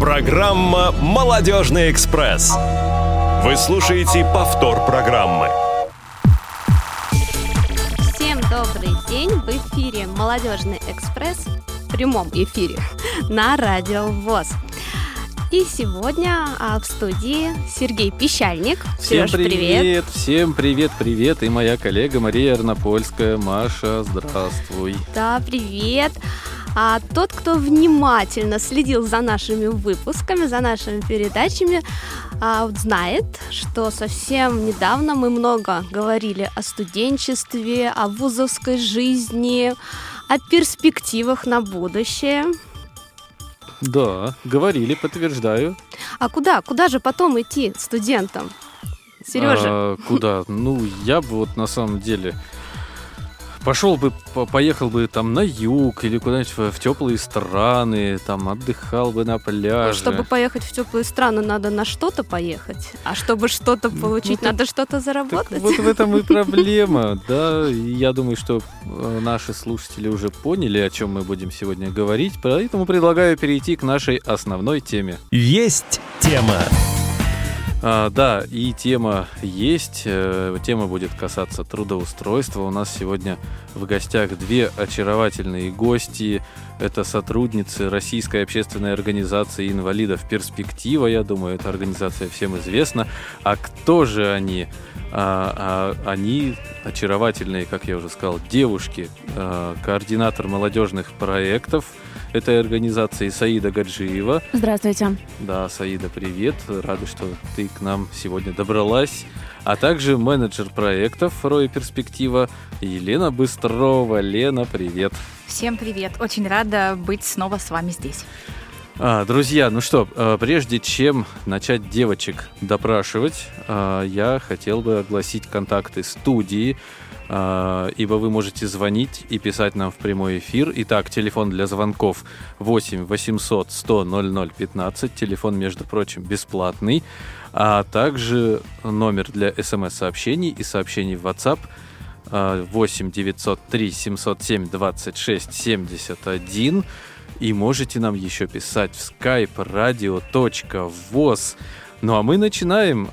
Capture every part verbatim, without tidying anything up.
Программа «Молодежный экспресс». Вы слушаете повтор программы. Всем добрый день! В эфире «Молодежный экспресс» в прямом эфире на Радио ВОС. И сегодня а, в студии Сергей Пищальник. Всем Сереж, привет, привет! Всем привет-привет! И моя коллега Мария Арнопольская. Маша, здравствуй! Да, привет! А тот, кто внимательно следил за нашими выпусками, за нашими передачами, а, знает, что совсем недавно мы много говорили о студенчестве, о вузовской жизни, о перспективах на будущее. Да, говорили, подтверждаю. А куда? Куда же потом идти студентам? Сережа? А, куда? Ну, я бы вот на самом деле пошел бы, поехал бы там на юг или куда-нибудь в, в теплые страны, там отдыхал бы на пляже. Чтобы поехать в теплые страны, надо на что-то поехать, а чтобы что-то получить, ну, надо так, что-то заработать. Так вот в этом и проблема, да. И я думаю, что наши слушатели уже поняли, о чем мы будем сегодня говорить, поэтому предлагаю перейти к нашей основной теме. Есть тема. А, да, и тема есть. Тема будет касаться трудоустройства. У нас сегодня в гостях две очаровательные гости. Это сотрудницы Российской общественной организации инвалидов «Перспектива». Я думаю, эта организация всем известна. А кто же они? А, а, они очаровательные, как я уже сказал, девушки. А, координатор молодежных проектов этой организации Саида Гаджиева. Здравствуйте. Да, Саида, привет. Рада, что ты к нам сегодня добралась. А также менеджер проектов «Роя Перспектива» Елена Быстрова. Лена, привет. Всем привет. Очень рада быть снова с вами здесь. А, друзья, ну что, прежде чем начать девочек допрашивать, я хотел бы огласить контакты студии, ибо вы можете звонить и писать нам в прямой эфир. Итак, телефон для звонков восемь восемьсот сто ноль ноль пятнадцать. Телефон, между прочим, бесплатный. А также номер для смс-сообщений и сообщений в WhatsApp восемь девятьсот три семьсот семь двадцать шесть семьдесят один. И можете нам еще писать в skype radio точка voz. Ну а мы начинаем.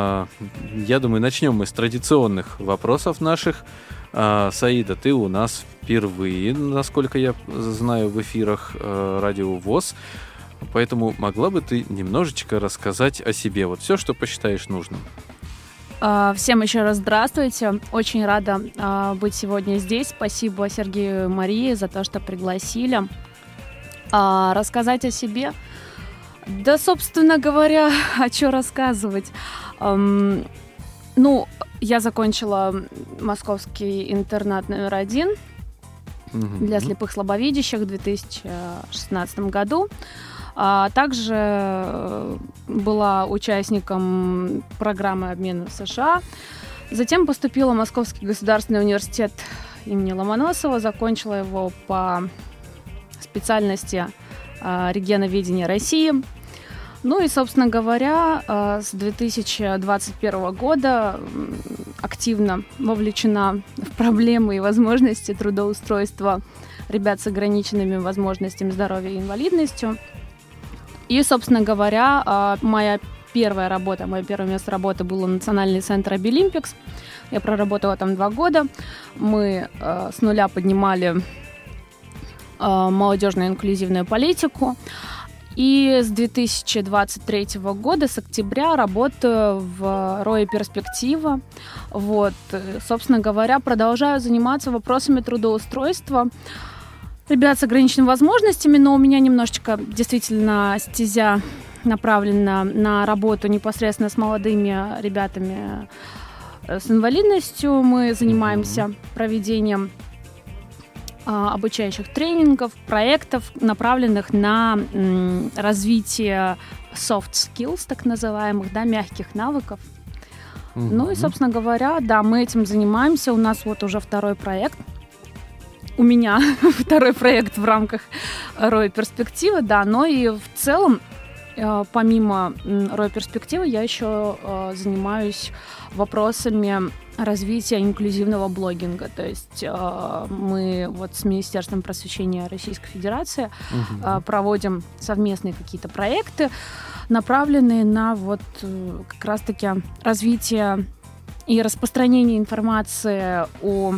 Я думаю, начнем мы с традиционных вопросов наших. Саида, ты у нас впервые, насколько я знаю, в эфирах Радио ВОС. Поэтому могла бы ты немножечко рассказать о себе? Вот все, что посчитаешь нужным. Всем еще раз здравствуйте. Очень рада быть сегодня здесь. Спасибо Сергею и Марии за то, что пригласили. Рассказать о себе? Да, собственно говоря, а что рассказывать? Эм, ну, я закончила московский интернат номер один mm-hmm. для слепых слабовидящих в две тысячи шестнадцатом году. А также была участником программы обмена в США. Затем поступила в Московский государственный университет имени Ломоносова, закончила его по специальности регионоведения России. Ну и, собственно говоря, с две тысячи двадцать первого года активно вовлечена в проблемы и возможности трудоустройства ребят с ограниченными возможностями здоровья и инвалидностью. И, собственно говоря, моя первая работа, мое первое место работы было Национальный центр Обилимпикс. Я проработала там два года. Мы с нуля поднимали молодежную инклюзивную политику. И с две тысячи двадцать третьего года, с октября, работаю в Роя Перспектива. Вот, собственно говоря, продолжаю заниматься вопросами трудоустройства ребят с ограниченными возможностями, но у меня немножечко действительно стезя направлена на работу непосредственно с молодыми ребятами с инвалидностью. Мы занимаемся проведением обучающих тренингов, проектов, направленных на м, развитие soft skills, так называемых, да, мягких навыков. Mm-hmm. Ну и, собственно говоря, да, мы этим занимаемся. У нас вот уже второй проект. У меня второй проект в рамках Роя Перспективы, да, но и в целом, э, помимо Роя Перспективы, я еще э, занимаюсь вопросами развития инклюзивного блогинга. То есть мы вот с Министерством просвещения Российской Федерации угу. проводим совместные какие-то проекты, направленные на вот как раз-таки развитие и распространение информации о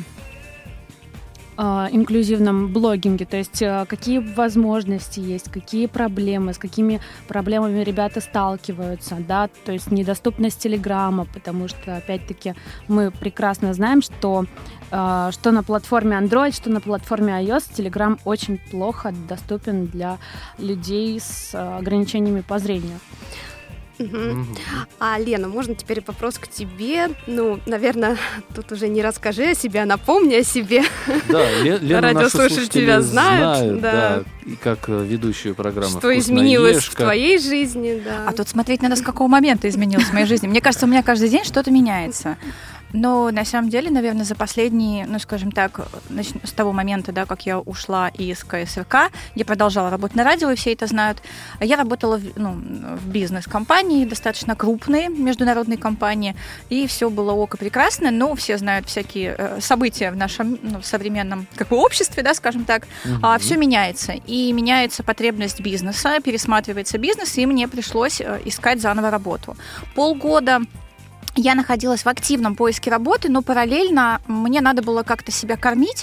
инклюзивном блогинге, то есть какие возможности есть, какие проблемы, с какими проблемами ребята сталкиваются, да, то есть недоступность Телеграма, потому что, опять-таки, мы прекрасно знаем, что что на платформе Android, что на платформе iOS Telegram очень плохо доступен для людей с ограничениями по зрению. Угу. Угу. А, Лена, можно теперь вопрос к тебе? Ну, наверное, тут уже не расскажи о себе, а напомни о себе. Да, Лена, радиослушатели тебя знают, знают да. Да, как ведущую программу что изменилось в твоей жизни, да. А тут смотреть надо, с какого момента изменилось в моей жизни. Мне кажется, у меня каждый день что-то меняется. Но на самом деле, наверное, за последние, ну, скажем так, с того момента, да, как я ушла из ка эс эр ка, я продолжала работать на радио, и все это знают. Я работала в, ну, в бизнес-компании, достаточно крупной международной компании, и все было око прекрасно, но все знают всякие события в нашем, ну, современном как бы, обществе, да, скажем так. Mm-hmm. А, все меняется, и меняется потребность бизнеса, пересматривается бизнес, и мне пришлось искать заново работу. Полгода я находилась в активном поиске работы, но параллельно мне надо было как-то себя кормить.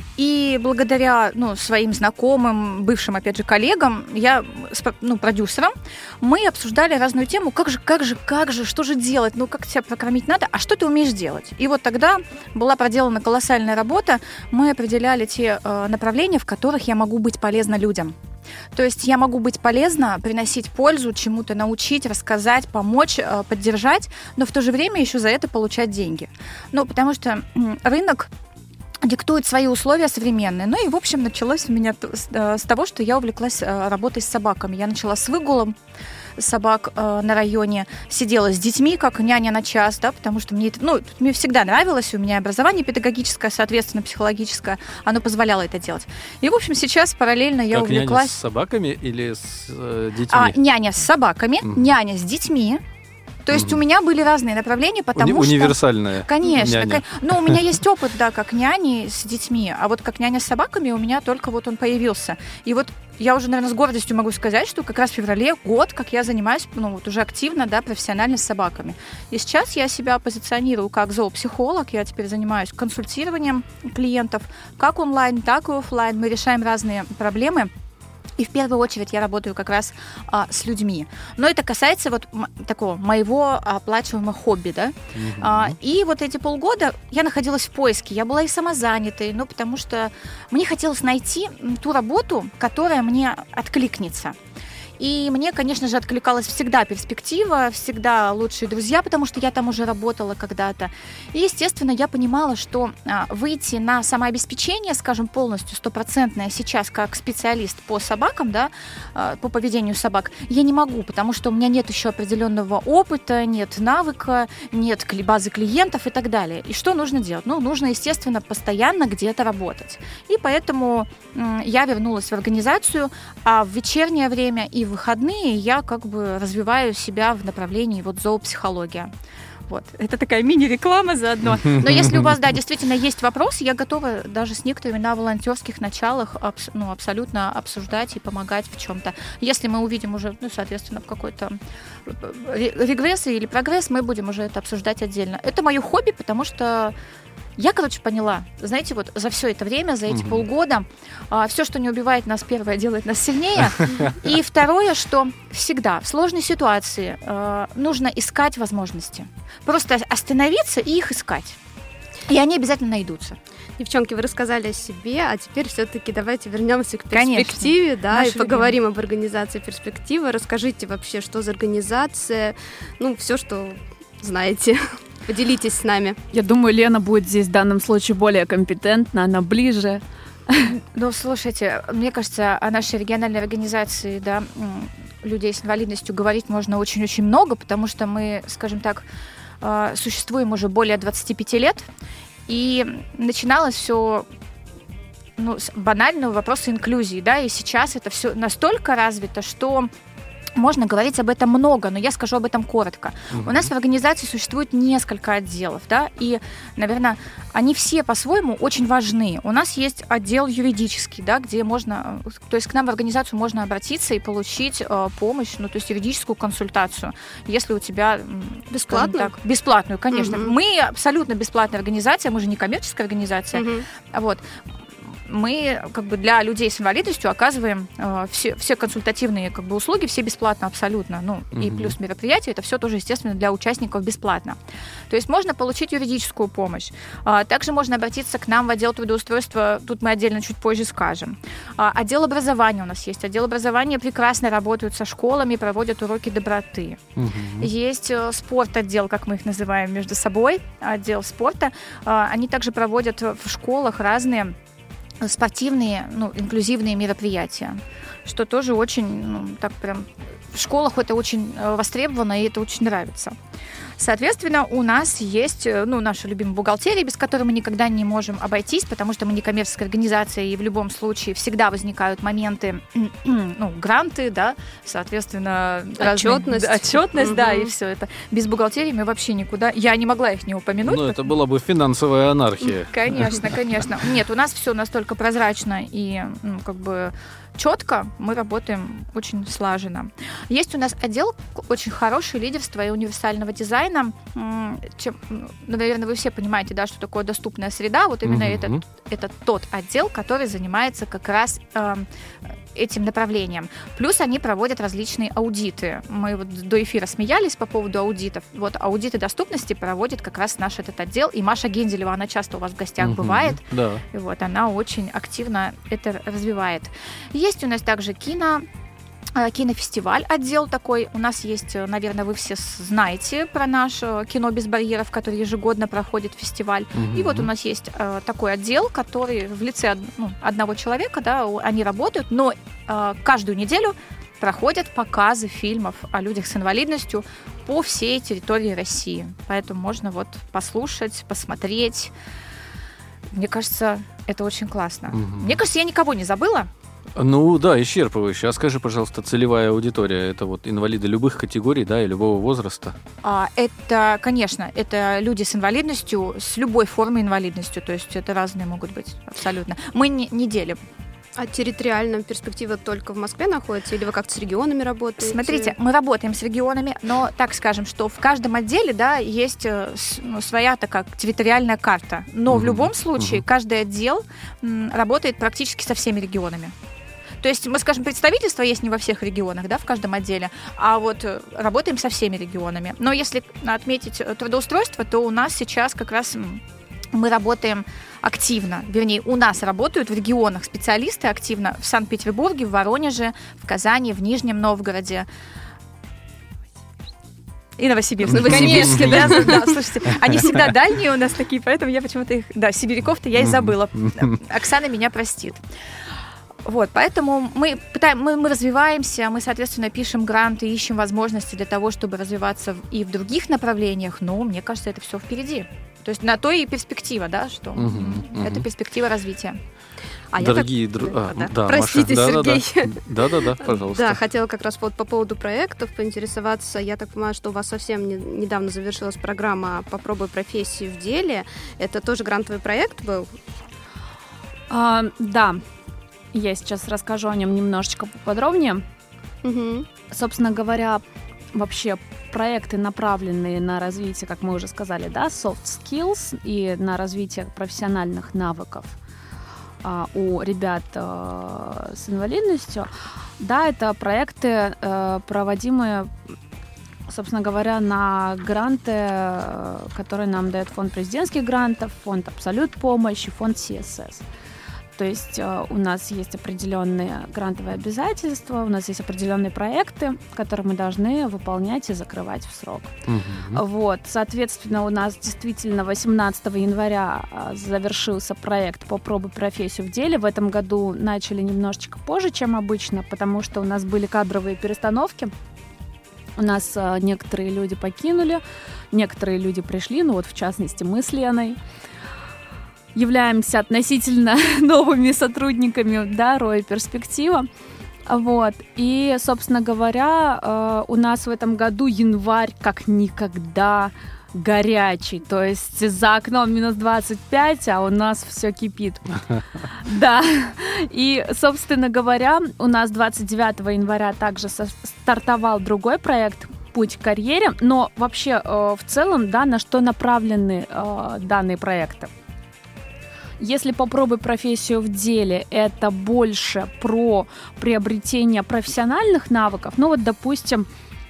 И благодаря ну, своим знакомым, бывшим, опять же, коллегам, я, ну, продюсером, мы обсуждали разную тему, как же, как же, как же, что же делать, ну, как тебя прокормить надо, а что ты умеешь делать? И вот тогда была проделана колоссальная работа, мы определяли те э, направления, в которых я могу быть полезна людям. То есть я могу быть полезна, приносить пользу, чему-то научить, рассказать, помочь, поддержать, но в то же время еще за это получать деньги. Ну, потому что рынок диктует свои условия современные. Ну и, в общем, началось у меня с того, что я увлеклась работой с собаками. Я начала с выгулом собак э, на районе, сидела с детьми, как няня на час, да, потому что мне это, ну, мне всегда нравилось, у меня образование педагогическое, соответственно, психологическое, оно позволяло это делать. И, в общем, сейчас параллельно я как увлеклась... Няня с собаками или с э, детьми? А, няня с собаками, mm. няня с детьми. То есть mm-hmm. у меня были разные направления, потому Уни- что... Универсальная Конечно. няня. Ну, у меня есть опыт, да, как няни с детьми, а вот как няня с собаками у меня только вот он появился. И вот я уже, наверное, с гордостью могу сказать, что как раз в феврале год, как я занимаюсь, ну, вот уже активно, да, профессионально с собаками. И сейчас я себя позиционирую как зоопсихолог, я теперь занимаюсь консультированием клиентов, как онлайн, так и офлайн. Мы решаем разные проблемы. И в первую очередь я работаю как раз а, с людьми. Но это касается вот м- такого моего оплачиваемого хобби, да. Mm-hmm. А, и вот эти полгода я находилась в поиске. Я была и самозанятой, ну, потому что мне хотелось найти ту работу, которая мне откликнется. И мне, конечно же, откликалась всегда перспектива, всегда лучшие друзья, потому что я там уже работала когда-то. И, естественно, я понимала, что а, выйти на самообеспечение, скажем, полностью стопроцентное сейчас как специалист по собакам, да, а, по поведению собак, я не могу, потому что у меня нет еще определенного опыта, нет навыка, нет базы клиентов и так далее. И что нужно делать? Ну, нужно, естественно, постоянно где-то работать. И поэтому м, я вернулась в организацию, а в вечернее время и в выходные я как бы развиваю себя в направлении вот зоопсихология. Вот. Это такая мини-реклама заодно. Но если у вас, да, действительно есть вопрос, я готова даже с некоторыми на волонтерских началах абс- ну, абсолютно обсуждать и помогать в чем-то. Если мы увидим уже, ну, соответственно, какой-то регресс или прогресс, мы будем уже это обсуждать отдельно. Это мое хобби, потому что я, короче, поняла, знаете, вот за все это время, за эти mm-hmm. полгода, а, все, что не убивает нас, первое, делает нас сильнее. И второе, что всегда в сложной ситуации а, нужно искать возможности. Просто остановиться и их искать. И они обязательно найдутся. Девчонки, вы рассказали о себе, а теперь все-таки давайте вернемся к перспективе, Конечно. да, Наша и поговорим любимая. Об организации «Перспектива». Расскажите вообще, что за организация, ну, все, что знаете. Поделитесь с нами. Я думаю, Лена будет здесь в данном случае более компетентна, она ближе. Ну, слушайте, мне кажется, о нашей региональной организации, да, людей с инвалидностью говорить можно очень-очень много, потому что мы, скажем так, существуем уже более двадцать пять лет, и начиналось все, ну, с банального вопроса инклюзии, да, и сейчас это все настолько развито, что Можно говорить об этом много, но я скажу об этом коротко. Uh-huh. У нас в организации существует несколько отделов, да, и, наверное, они все по-своему очень важны. У нас есть отдел юридический, да, где можно, то есть к нам в организацию можно обратиться и получить э, помощь, ну, то есть юридическую консультацию, если у тебя... Бесплатную? Так, бесплатную, конечно. Uh-huh. Мы абсолютно бесплатная организация, мы же не коммерческая организация. Uh-huh. Вот. Мы как бы для людей с инвалидностью оказываем э, все, все консультативные как бы, услуги, все бесплатно абсолютно. Ну, угу. И плюс мероприятия, это все тоже, естественно, для участников бесплатно. То есть можно получить юридическую помощь. А, также можно обратиться к нам в отдел трудоустройства, тут мы отдельно чуть позже скажем. А, отдел образования у нас есть. Отдел образования прекрасно работают со школами, проводят уроки доброты. Угу. Есть э, спорт-отдел, как мы их называем между собой, отдел спорта. А, они также проводят в школах разные спортивные, ну, инклюзивные мероприятия, что тоже очень, ну, так прям в школах это очень востребовано, и это очень нравится. Соответственно, у нас есть, ну, наша любимая бухгалтерия, без которой мы никогда не можем обойтись, потому что мы не коммерческая организация, и в любом случае всегда возникают моменты, ну, гранты, да, соответственно, отчетность, разные, отчетность, угу. да, и все это. Без бухгалтерии мы вообще никуда. Я не могла их не упомянуть. Ну, это была бы финансовая анархия. Конечно, конечно. Нет, у нас все настолько прозрачно и, ну, как бы четко, мы работаем очень слаженно. Есть у нас отдел очень хороший лидерства и универсального дизайна. Чем, наверное, вы все понимаете, да, что такое доступная среда. Вот именно mm-hmm. это, это тот отдел, который занимается как раз э, этим направлением. Плюс они проводят различные аудиты. Мы вот до эфира смеялись по поводу аудитов. Вот аудиты доступности проводит как раз наш этот отдел. И Маша Генделева, она часто у вас в гостях mm-hmm. бывает. Да. И вот она очень активно это развивает. Есть у нас также кино, кинофестиваль, отдел такой. У нас есть, наверное, вы все знаете про наш «Кино без барьеров», который ежегодно проходит фестиваль. Mm-hmm. И вот у нас есть э, такой отдел, который в лице ну, одного человека, да, они работают, но э, каждую неделю проходят показы фильмов о людях с инвалидностью по всей территории России. Поэтому можно вот послушать, посмотреть. Мне кажется, это очень классно. Mm-hmm. Мне кажется, я никого не забыла. Ну да, исчерпывающе. А скажи, пожалуйста, целевая аудитория — это вот инвалиды любых категорий, да, и любого возраста? А, это, конечно, это люди с инвалидностью, с любой формой инвалидности, то есть это разные могут быть абсолютно. Мы не, не делим. А территориальная перспектива только в Москве находится, или вы как-то с регионами работаете? Смотрите, мы работаем с регионами, но так скажем, что в каждом отделе, да, есть ну, своя такая территориальная карта. Но угу. в любом случае угу. каждый отдел м, работает практически со всеми регионами. То есть мы, скажем, представительство есть не во всех регионах, да, в каждом отделе, а вот работаем со всеми регионами. Но если отметить трудоустройство, то у нас сейчас как раз мы работаем активно. Вернее, у нас работают в регионах специалисты активно в Санкт-Петербурге, в Воронеже, в Казани, в Нижнем Новгороде. И Новосибирск. Конечно, да, да, слушайте, они всегда дальние у нас такие, поэтому я почему-то их... Да, сибиряков-то я и забыла. Оксана меня простит. Вот, поэтому мы, пытаем, мы, мы развиваемся, мы, соответственно, пишем гранты, ищем возможности для того, чтобы развиваться и в других направлениях, но мне кажется, это все впереди. То есть на то и перспектива, да, что угу, угу. это перспектива развития. А Дорогие друзья, так... да, да. да, Простите, Маша, Сергей. Да-да-да, пожалуйста. Да, хотела как раз вот по поводу проектов поинтересоваться. Я так понимаю, что у вас совсем не, недавно завершилась программа «Попробуй профессию в деле». Это тоже грантовый проект был? А, да. Я сейчас расскажу о нем немножечко поподробнее. Угу. Собственно говоря, вообще проекты, направленные на развитие, как мы уже сказали, да, soft skills и на развитие профессиональных навыков а, у ребят а, с инвалидностью, да, это проекты, а, проводимые, собственно говоря, на гранты, которые нам дает фонд президентских грантов, фонд Абсолют помощи, фонд си эс эс. То есть э, у нас есть определенные грантовые обязательства, у нас есть определенные проекты, которые мы должны выполнять и закрывать в срок. Uh-huh. Вот, соответственно, у нас действительно восемнадцатого января э, завершился проект «Попробуй профессию в деле». В этом году начали немножечко позже, чем обычно, потому что у нас были кадровые перестановки. У нас э, некоторые люди покинули, некоторые люди пришли, ну вот в частности мы с Леной. Являемся относительно новыми сотрудниками, да, Роя Перспектива. Вот. И, собственно говоря, э, у нас в этом году январь как никогда горячий. То есть за окном минус двадцать пять, а у нас все кипит. Да. И, собственно говоря, у нас двадцать девятого января также стартовал другой проект «Путь к карьере». Но вообще, э, в целом, да, на что направлены э, данные проекты? Если попробуй профессию в деле, это больше про приобретение профессиональных навыков. Ну вот, допустим,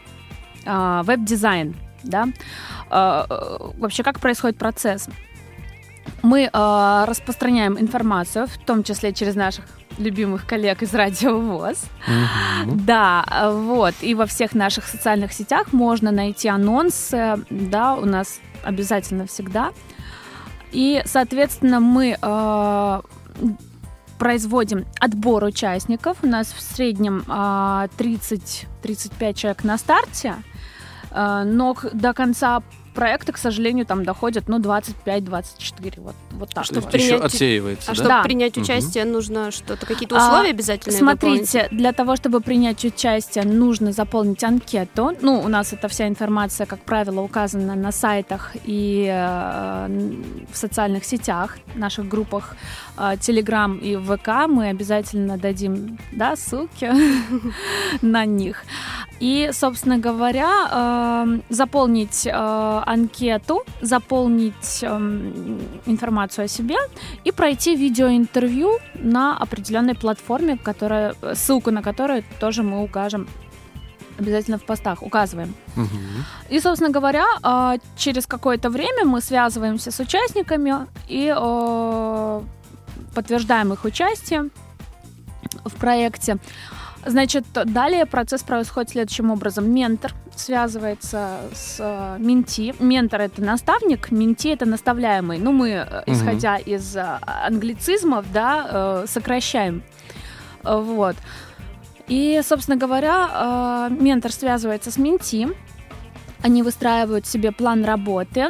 веб-дизайн, да. Вообще, как происходит процесс? Мы распространяем информацию, в том числе через наших любимых коллег из Радио ВОС. Mm-hmm. Да, вот. И во всех наших социальных сетях можно найти анонсы, да, у нас обязательно всегда. И, соответственно, мы э, производим отбор участников. У нас в среднем э, тридцать-тридцать пять человек на старте, э, но до конца проекта, к сожалению, там доходят, ну, двадцать пять - двадцать четыре, вот, вот так. Чтобы вот. принять... еще отсеивается, а да? чтобы да. принять участие, угу. нужно что-то, какие-то условия а, обязательно Смотрите, выполнить? Для того, чтобы принять участие, нужно заполнить анкету. Ну, у нас эта вся информация, как правило, указана на сайтах и э, в социальных сетях, в наших группах э, Telegram и ВК. Мы обязательно дадим, да, ссылки на них. И, собственно говоря, э, заполнить э, анкету, заполнить э, информацию о себе и пройти видеоинтервью на определенной платформе, которая, ссылку на которую тоже мы укажем обязательно в постах, указываем. Угу. И, собственно говоря, э, через какое-то время мы связываемся с участниками и э, подтверждаем их участие в проекте. Значит, далее процесс происходит следующим образом. Ментор связывается с э, менти. Ментор — это наставник, менти — это наставляемый. Ну, мы, э, исходя угу. из э, англицизмов, да, э, сокращаем. Э, вот. И, собственно говоря, э, ментор связывается с менти. Они выстраивают себе план работы,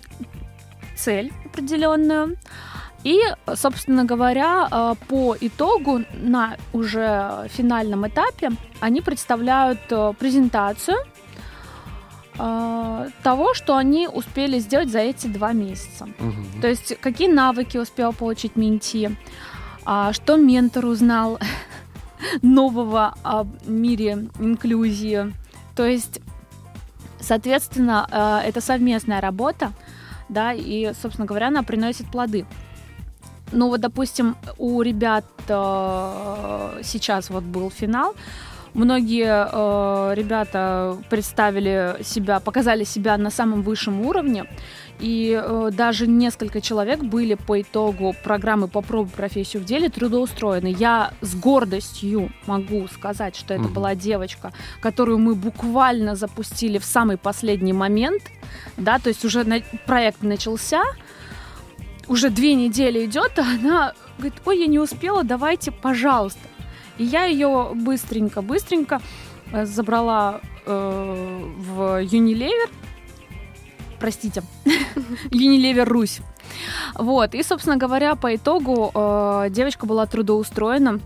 цель определенную. И, собственно говоря, по итогу на уже финальном этапе они представляют презентацию того, что они успели сделать за эти два месяца. Угу. То есть какие навыки успел получить менти, что ментор узнал нового о мире инклюзии. То есть, соответственно, это совместная работа, да, и, собственно говоря, она приносит плоды. Ну вот, допустим, у ребят э, сейчас вот был финал. Многие э, ребята представили себя, показали себя на самом высшем уровне. И э, даже несколько человек были по итогу программы «Попробуй профессию в деле» трудоустроены. Я с гордостью могу сказать, что это mm-hmm. была девочка, которую мы буквально запустили в самый последний момент. Да, то есть уже на... проект начался. Уже две недели идет, а она говорит: ой, я не успела, давайте, пожалуйста. И я ее быстренько-быстренько забрала э, в Unilever, простите, Unilever Русь. Вот, и, собственно говоря, по итогу э, девочка была трудоустроена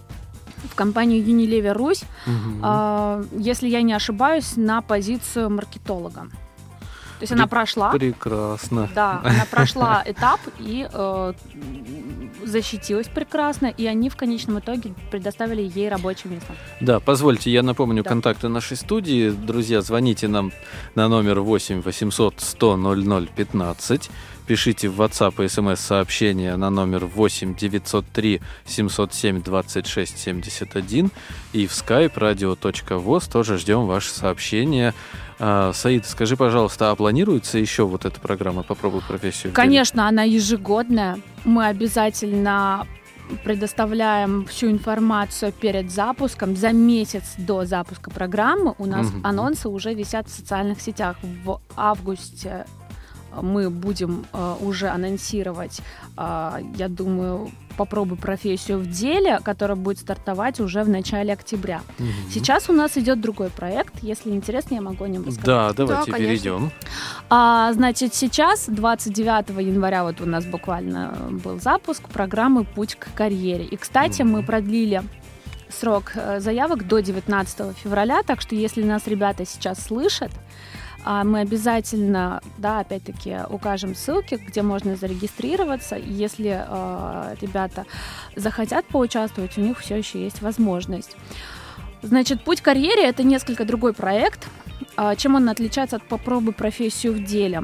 в компанию Unilever Русь, угу. э, если я не ошибаюсь, на позицию маркетолога. То есть она прошла. Прекрасно. Да, она прошла этап и э, защитилась прекрасно, и они в конечном итоге предоставили ей рабочее место. Да, позвольте, я напомню да. контакты нашей студии. Друзья, звоните нам на номер восемь восемьсот сто ноль ноль пятнадцать. Пишите в WhatsApp и смс сообщение на номер восемь девятьсот три семьсот семь двадцать шесть семьдесят один. И в skype radio.voz тоже ждем ваши сообщения. А, Саида, скажи, пожалуйста, а планируется еще вот эта программа «Попробуй профессию в деле»? Конечно, она ежегодная. Мы обязательно предоставляем всю информацию перед запуском. За месяц до запуска программы у нас угу. анонсы уже висят в социальных сетях. В августе мы будем э, уже анонсировать, э, я думаю, «Попробуй профессию в деле», которая будет стартовать уже в начале октября. Угу. Сейчас у нас идет другой проект. Если интересно, я могу о нем рассказать. Да, давайте да, перейдем. А, значит, сейчас, двадцать девятого января, вот у нас буквально был запуск программы «Путь к карьере». И, кстати, угу. мы продлили срок заявок до девятнадцатого февраля, так что если нас ребята сейчас слышат, мы обязательно, да, опять-таки укажем ссылки, где можно зарегистрироваться. Если э, ребята захотят поучаствовать, у них все еще есть возможность. Значит, «Путь к карьере» — это несколько другой проект. Чем он отличается от «Попробуй профессию в деле»?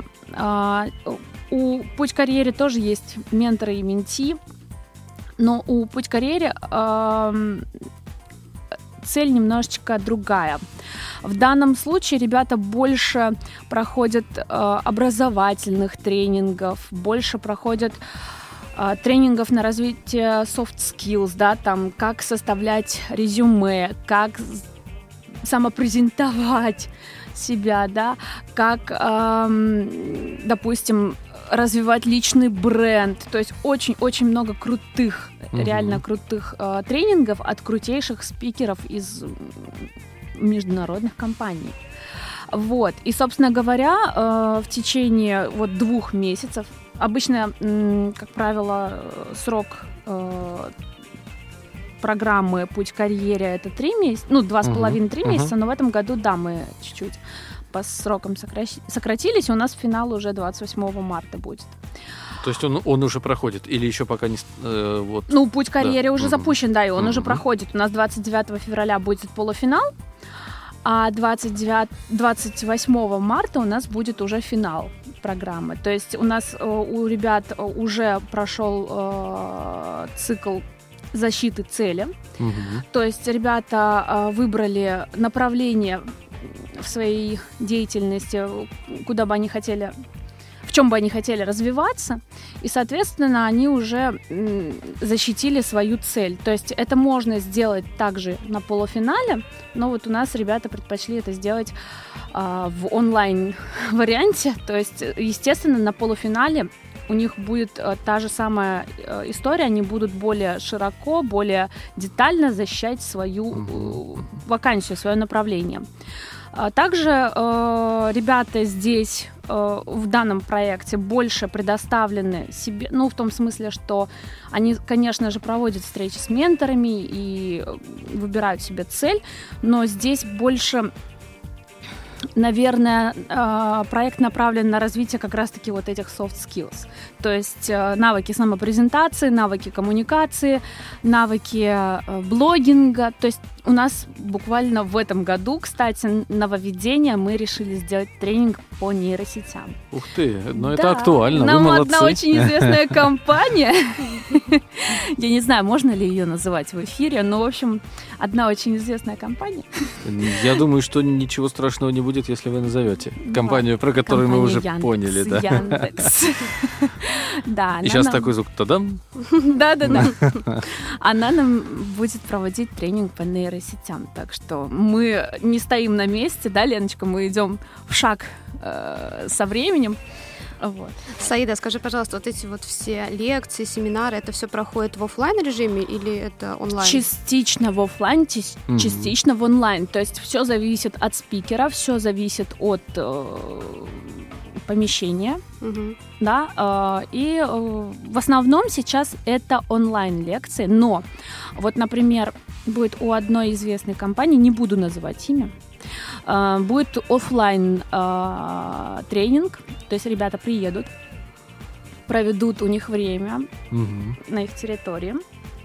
У «Путь к карьере» тоже есть менторы и менти, но у «Путь к карьере» цель немножечко другая. В данном случае ребята больше проходят образовательных тренингов, больше проходят тренингов на развитие soft skills, да, там, как составлять резюме, как самопрезентовать себя, да, как, эм, допустим, развивать личный бренд. То есть очень-очень много крутых, mm-hmm. реально крутых э, тренингов от крутейших спикеров из международных компаний. Вот. И, собственно говоря, э, в течение вот двух месяцев, обычно, м, как правило, срок э, программы «Путь к карьере» — это три месяца, ну, два с половиной, три месяца, но в этом году, да, мы чуть-чуть по срокам сократились, и у нас финал уже двадцать восьмого марта будет. То есть он, он уже проходит или еще пока не... Э, вот. Ну, «Путь к карьере» да. уже mm-hmm. запущен, да, и он mm-hmm. уже проходит. У нас двадцать девятого февраля будет полуфинал, а двадцать девятого, двадцать восьмого марта у нас будет уже финал программы. То есть у нас, у ребят уже прошел э, цикл защиты цели. Mm-hmm. То есть ребята э, выбрали направление в своей деятельности, куда бы они хотели, в чем бы они хотели развиваться, и, соответственно, они уже м, защитили свою цель. То есть это можно сделать также на полуфинале, но вот у нас ребята предпочли это сделать а, в онлайн-варианте. То есть, естественно, на полуфинале у них будет а, та же самая а, история, они будут более широко, более детально защищать свою mm-hmm. э, вакансию, свое направление. Также э, ребята здесь э, в данном проекте больше предоставлены себе, ну, в том смысле, что они, конечно же, проводят встречи с менторами и выбирают себе цель, но здесь больше, наверное, э, проект направлен на развитие как раз-таки вот этих soft skills, то есть э, навыки самопрезентации, навыки коммуникации, навыки э, блогинга, то есть у нас буквально в этом году, кстати, нововведение, мы решили сделать тренинг по нейросетям. Ух ты, ну да. это актуально, Нам вы молодцы. одна очень известная компания, я не знаю, можно ли ее называть в эфире, но, в общем, одна очень известная компания. Я думаю, что ничего страшного не будет, если вы назовете компанию, про которую мы уже поняли. Да. Яндекс. Да, и сейчас нам... такой звук «тадам». Да-да-да. Она нам будет проводить тренинг по нейросетям. Так что мы не стоим на месте, да, Леночка, мы идем в шаг э, со временем. Вот. Саида, скажи, пожалуйста, вот эти вот все лекции, семинары, это все проходит в офлайн режиме или это онлайн? Частично в офлайн, mm-hmm. частично в онлайн. То есть все зависит от спикера, все зависит от э, помещения, mm-hmm. да, э, и э, в основном сейчас это онлайн-лекции, но вот, например, будет у одной известной компании, не буду называть имя, Uh, будет офлайн uh, тренинг, то есть ребята приедут, проведут у них время uh-huh. на их территории,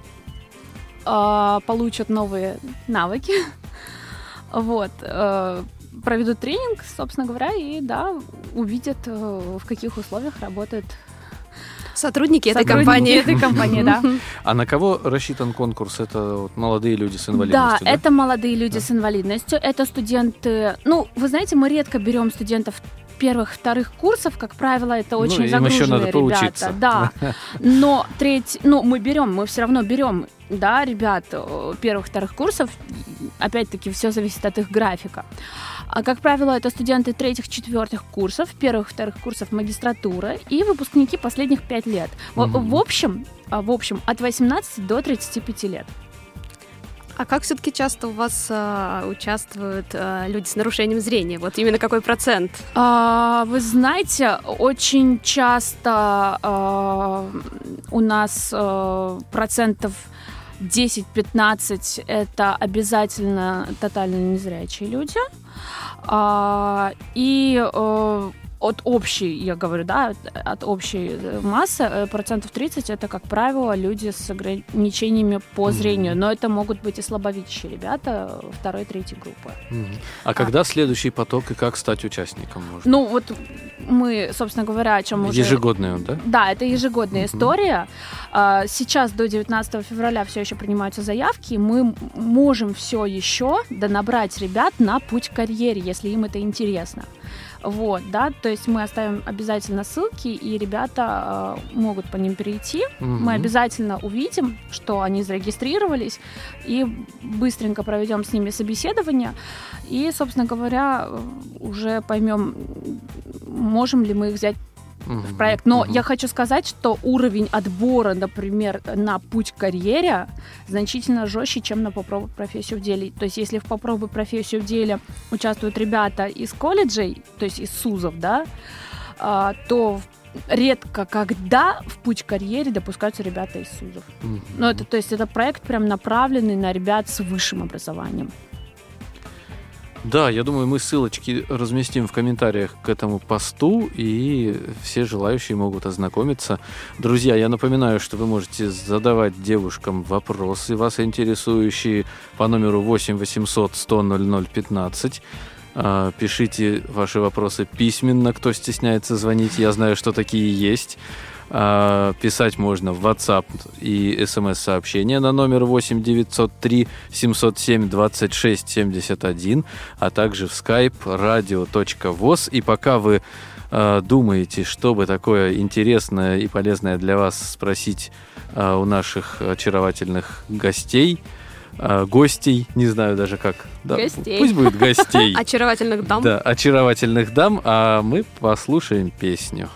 uh, получат новые навыки, вот, uh, проведут тренинг, собственно говоря, и да, увидят, uh, в каких условиях работает сотрудники, сотрудники этой компании. этой компании, да. А на кого рассчитан конкурс? Это вот молодые люди с инвалидностью? Да, да? это молодые люди да. с инвалидностью. Это студенты... Ну, вы знаете, мы редко берем студентов первых, вторых курсов, как правило, это очень ну, загруженные еще надо ребята. поучиться. Да. Но треть... Ну, мы берем, мы все равно берем, да, ребят первых, вторых курсов. Опять-таки, все зависит от их графика. А, как правило, это студенты третьих, четвертых курсов, первых, вторых курсов магистратуры и выпускники последних пять лет. В, угу. в, общем, в общем, от восемнадцати до тридцати пяти лет. А как все-таки часто у вас а, участвуют а, люди с нарушением зрения? Вот именно какой процент? А, вы знаете, очень часто а, у нас а, процентов десять-пятнадцать — это обязательно тотально незрячие люди. А, и а, от общей, я говорю, да, от общей массы процентов тридцать — это, как правило, люди с ограничениями по зрению. Но это могут быть и слабовидящие ребята второй, третьей группы. А, а когда следующий поток и как стать участником? Можно? Ну, вот мы, собственно говоря, о чем уже... Ежегодный он, да? Да, это ежегодная mm-hmm. история. Сейчас до девятнадцатого февраля все еще принимаются заявки. Мы можем все еще донабрать ребят на путь к карьере, если им это интересно. Вот, да, то есть мы оставим обязательно ссылки, и ребята э, могут по ним перейти. Mm-hmm. Мы обязательно увидим, что они зарегистрировались, и быстренько проведем с ними собеседование. И, собственно говоря, уже поймем, можем ли мы их взять mm-hmm. в проект. Но mm-hmm. я хочу сказать, что уровень отбора, например, на путь к карьере значительно жестче, чем на «Попробуй профессию в деле». То есть если в «Попробуй профессию в деле» участвуют ребята из колледжей, то есть из СУЗов, да, то редко когда в путь к карьере допускаются ребята из СУЗов. Mm-hmm. Ну, это, то есть это проект прям направленный на ребят с высшим образованием. Да, я думаю, мы ссылочки разместим в комментариях к этому посту, и все желающие могут ознакомиться. Друзья, я напоминаю, что вы можете задавать девушкам вопросы, вас интересующие, по номеру восемь восемьсот сто ноль ноль пятнадцать. Пишите ваши вопросы письменно, кто стесняется звонить. Я знаю, что такие есть. Писать можно в WhatsApp и смс-сообщения на номер восемь девятьсот три семьсот семь двадцать шесть семьдесят один, а также в skype radio точка voz. И пока вы э, думаете, что бы такое интересное и полезное для вас спросить э, у наших очаровательных гостей, э, гостей, не знаю даже как. Да, гостей. Пусть будет гостей. Очаровательных дам. Да, очаровательных дам, а мы послушаем песню.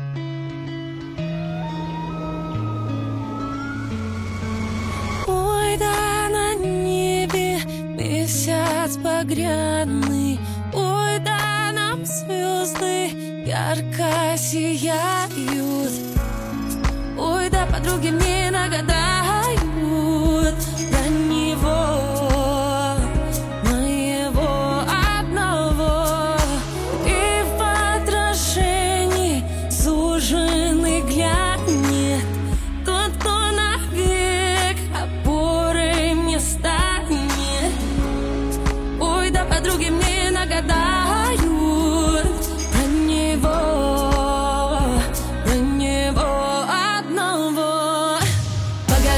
Месяц багряный, ой, да нам звезды ярко сияют. Ой, да подруги мне нагадают про него, моего одного. И в отражении суженый глянет тот, кто навек опорой мне станет. Подруги мне нагадают про него, про него одного. Погоди.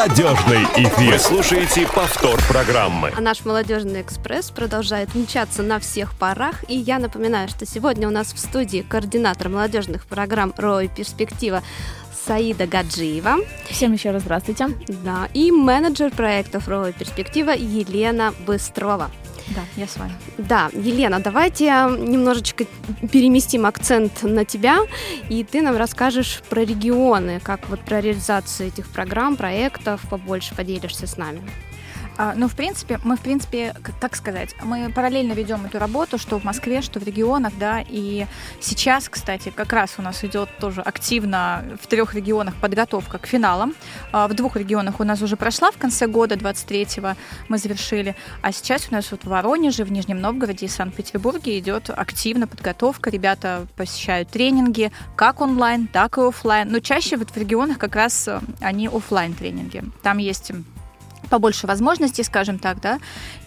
молодежный эфир. Вы слушаете повтор программы. А наш «Молодежный экспресс» продолжает мчаться на всех парах. И я напоминаю, что сегодня у нас в студии координатор молодежных программ РОИ «Перспектива» Саида Гаджиева. Всем еще раз здравствуйте. Да, и менеджер проектов РОИ «Перспектива» Елена Быстрова. Да, я с вами. Да, Елена, давайте немножечко переместим акцент на тебя, и ты нам расскажешь про регионы, как вот про реализацию этих программ, проектов, побольше поделишься с нами. А, ну, в принципе, мы, в принципе, как, так сказать, мы параллельно ведем эту работу, что в Москве, что в регионах, да, и сейчас, кстати, как раз у нас идет тоже активно в трех регионах подготовка к финалам. А, в двух регионах у нас уже прошла в конце года, двадцать третьего мы завершили, а сейчас у нас вот в Воронеже, в Нижнем Новгороде и Санкт-Петербурге идет активно подготовка. Ребята посещают тренинги как онлайн, так и офлайн, но чаще вот в регионах как раз они офлайн тренинги. Там есть побольше возможностей, скажем так, да,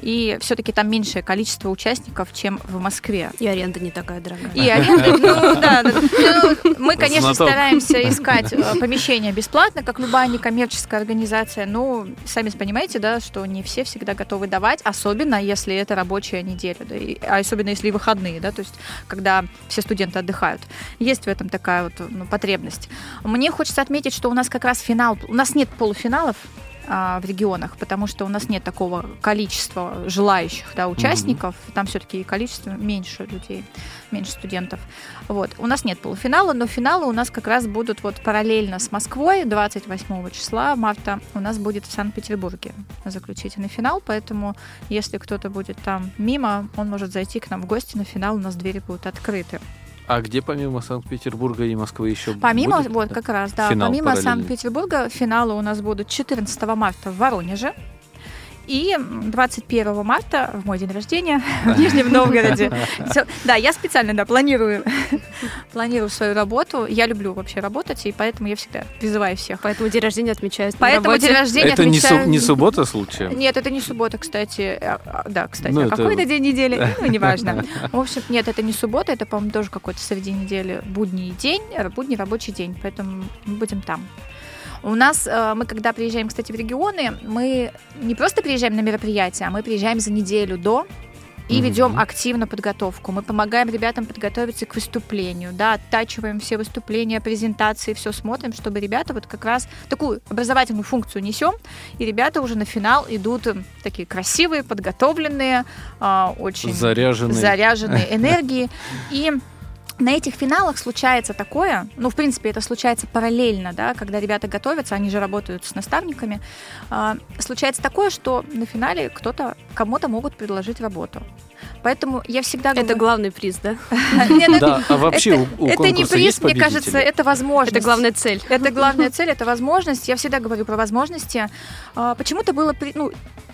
и все-таки там меньшее количество участников, чем в Москве. И аренда не такая дорогая. И аренда, ну да, ну, мы, конечно, стараемся искать помещения бесплатно, как любая некоммерческая организация, но сами понимаете, да, что не все всегда готовы давать, особенно если это рабочая неделя, да, и, особенно если и выходные, да, то есть когда все студенты отдыхают. Есть в этом такая вот, ну, потребность. Мне хочется отметить, что у нас как раз финал, у нас нет полуфиналов в регионах, потому что у нас нет такого количества желающих, да, участников, mm-hmm. там все-таки количество меньше людей, меньше студентов. Вот. У нас нет полуфинала, но финалы у нас как раз будут вот параллельно с Москвой. двадцать восьмого числа марта у нас будет в Санкт-Петербурге заключительный финал, поэтому если кто-то будет там мимо, он может зайти к нам в гости на финал, у нас двери будут открыты. А где помимо Санкт-Петербурга и Москвы еще помимо, будет? Вот, как раз, да. Финал Помимо параллельный. Санкт-Петербурга финалы у нас будут четырнадцатого марта в Воронеже и двадцать первого марта, в мой день рождения, в Нижнем Новгороде. Да, я специально, да, планирую, планирую свою работу. Я люблю вообще работать, и поэтому я всегда призываю всех. Поэтому день рождения отмечают на Поэтому работе. день рождения Это не, отмечаю... су- не суббота случаем? Нет, это не суббота, кстати. Да, кстати, Ну, а это- какой это день недели? Ну, неважно. В общем, нет, это не суббота, это, по-моему, тоже какой-то среди недели будний день, будний рабочий день, поэтому мы будем там. У нас, мы когда приезжаем, кстати, в регионы, мы не просто приезжаем на мероприятие, а мы приезжаем за неделю до и ведем mm-hmm. активно подготовку. Мы помогаем ребятам подготовиться к выступлению, да, оттачиваем все выступления, презентации, все смотрим, чтобы ребята вот как раз такую образовательную функцию несем, и ребята уже на финал идут такие красивые, подготовленные, очень Заряженные. заряженные энергией. И на этих финалах случается такое, ну, в принципе, это случается параллельно, да, когда ребята готовятся, они же работают с наставниками, э, случается такое, что на финале кто-то, кому-то могут предложить работу. Поэтому я всегда говорю... Это главный приз, да? Да, а вообще у конкурса Это не приз, мне кажется, это возможность. Это главная цель. Это главная цель, это возможность. Я всегда говорю про возможности. Почему-то было, ну,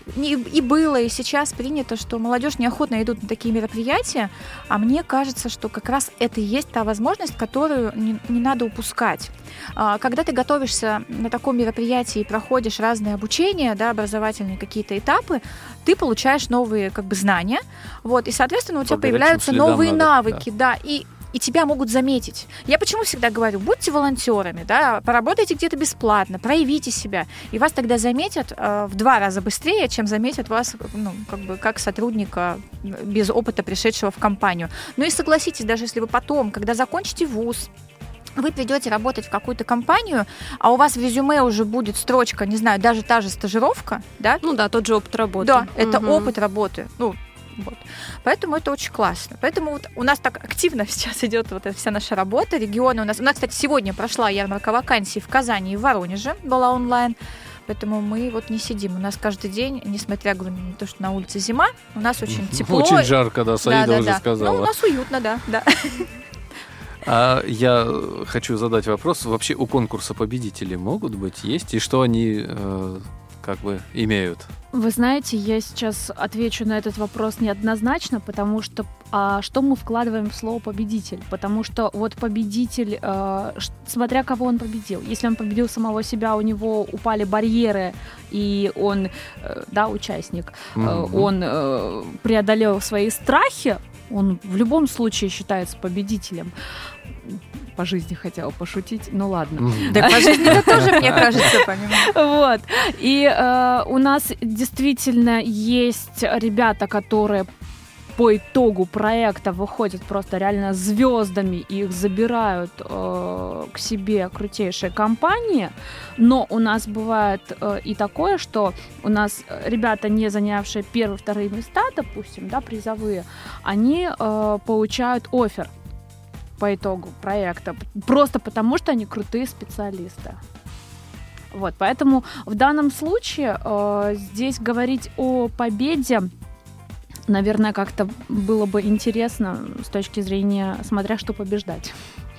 и было, и сейчас принято, что молодежь неохотно идут на такие мероприятия, а мне кажется, что как раз это и есть та возможность, которую не, не надо упускать. Когда ты готовишься на таком мероприятии и проходишь разные обучения, да, образовательные какие-то этапы, ты получаешь новые, как бы, знания, вот, и, соответственно, у тебя По горячим появляются следам новые надо, навыки, да, и и тебя могут заметить. Я почему всегда говорю, будьте волонтерами, да, поработайте где-то бесплатно, проявите себя, и вас тогда заметят э, в два раза быстрее, чем заметят вас, ну, как бы, как сотрудника без опыта, пришедшего в компанию. Ну и согласитесь, даже если вы потом, когда закончите вуз, вы придете работать в какую-то компанию, а у вас в резюме уже будет строчка, не знаю, даже та же стажировка, да? Ну да, тот же опыт работы. Да, это Мгм. опыт работы. Ну, вот. Поэтому это очень классно. Поэтому вот у нас так активно сейчас идет вот эта вся наша работа. Регионы у нас. У нас, кстати, сегодня прошла ярмарка вакансий в Казани и в Воронеже, была онлайн. Поэтому мы вот не сидим. У нас каждый день, несмотря, говорю, на то, что на улице зима, у нас очень тепло. Очень жарко, да, Саида Да, да, уже да. сказала. Ну, у нас уютно, да, да. А я хочу задать вопрос. Вообще у конкурса победители могут быть, есть? И что они э, как бы имеют? Вы знаете, я сейчас отвечу на этот вопрос неоднозначно, потому что а, что мы вкладываем в слово «победитель»? Потому что вот победитель, э, ш- смотря кого он победил. Если он победил самого себя, у него упали барьеры, и он, э, да, участник, э, Мгм. он э, преодолел свои страхи, он в любом случае считается победителем. по жизни хотела пошутить, ну ладно. Мгм. Да, по жизни это тоже, мне кажется, помимо. Вот. И э, у нас действительно есть ребята, которые по итогу проекта выходят просто реально звездами, и их забирают э, к себе крутейшие компании. Но у нас бывает э, и такое, что у нас ребята, не занявшие первые, вторые места, допустим, да, призовые, они э, получают оффер по итогу проекта, просто потому что они крутые специалисты. Вот, поэтому в данном случае э, здесь говорить о победе, наверное, как-то было бы интересно с точки зрения, смотря что побеждать.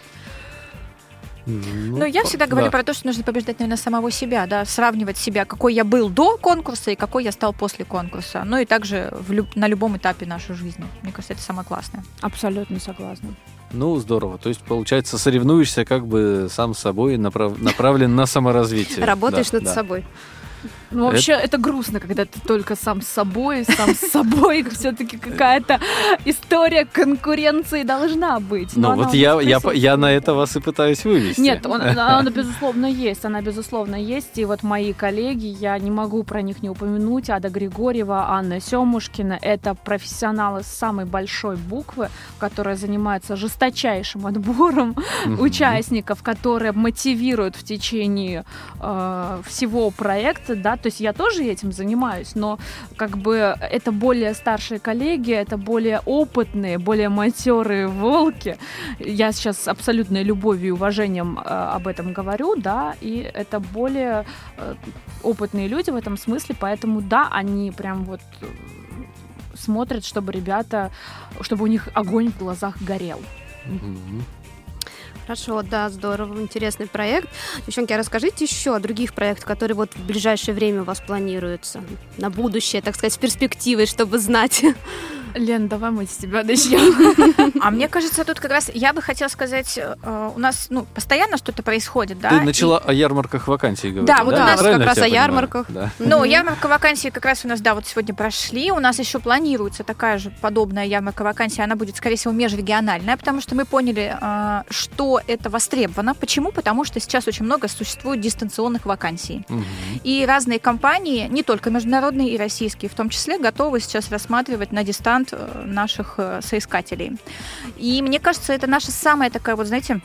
Ну, я всегда говорю да. про то, что нужно побеждать, наверное, самого себя, да, сравнивать себя, какой я был до конкурса и какой я стал после конкурса. Ну и также в люб- на любом этапе нашей жизни. Мне кажется, это самое классное. Абсолютно согласна. Ну, здорово. То есть, получается, соревнуешься как бы сам с собой, направ- направлен на саморазвитие. Работаешь Да, над да. собой. Ну, вообще, это... грустно, когда ты только сам с собой, сам с собой. Все-таки какая-то история конкуренции должна быть. Ну, но вот она я, у нас я, присутствует. я на это вас и пытаюсь вывести. Нет, он- она, она, безусловно, есть. Она, безусловно, есть. И вот мои коллеги, я не могу про них не упомянуть. Ада Григорьева, Анна Семушкина. Это профессионалы с самой большой буквы, которые занимаются жесточайшим отбором Мгм. участников, которые мотивируют в течение э, всего проекта, да, то есть я тоже этим занимаюсь, но как бы это более старшие коллеги, это более опытные, более матерые волки. Я сейчас с абсолютной любовью и уважением э, об этом говорю, да, и это более э, опытные люди в этом смысле, поэтому да, они прям вот э, смотрят, чтобы ребята, чтобы у них огонь в глазах горел. Мгм. Хорошо, да, здорово, интересный проект. Девчонки, а расскажите еще о других проектах, которые вот в ближайшее время у вас планируются, на будущее, так сказать, с перспективой, чтобы знать. Лен, давай мы с тебя начнем. А мне кажется, тут как раз я бы хотела сказать, э, у нас ну, постоянно что-то происходит, да. Ты и- начала о ярмарках вакансий говорить. Да, вот у нас Правильно как я раз тебя о понимаю? ярмарках. Да. Ну, ярмарка вакансий как раз у нас, да, вот сегодня прошли. У нас еще планируется такая же подобная ярмарка вакансий. Она будет, скорее всего, межрегиональная, потому что мы поняли, э, что это востребовано. Почему? Потому что сейчас очень много существует дистанционных вакансий. Мгм. И разные компании, не только международные и российские, в том числе, готовы сейчас рассматривать на дистант э, наших э, соискателей. И мне кажется, это наша самая такая, вот знаете,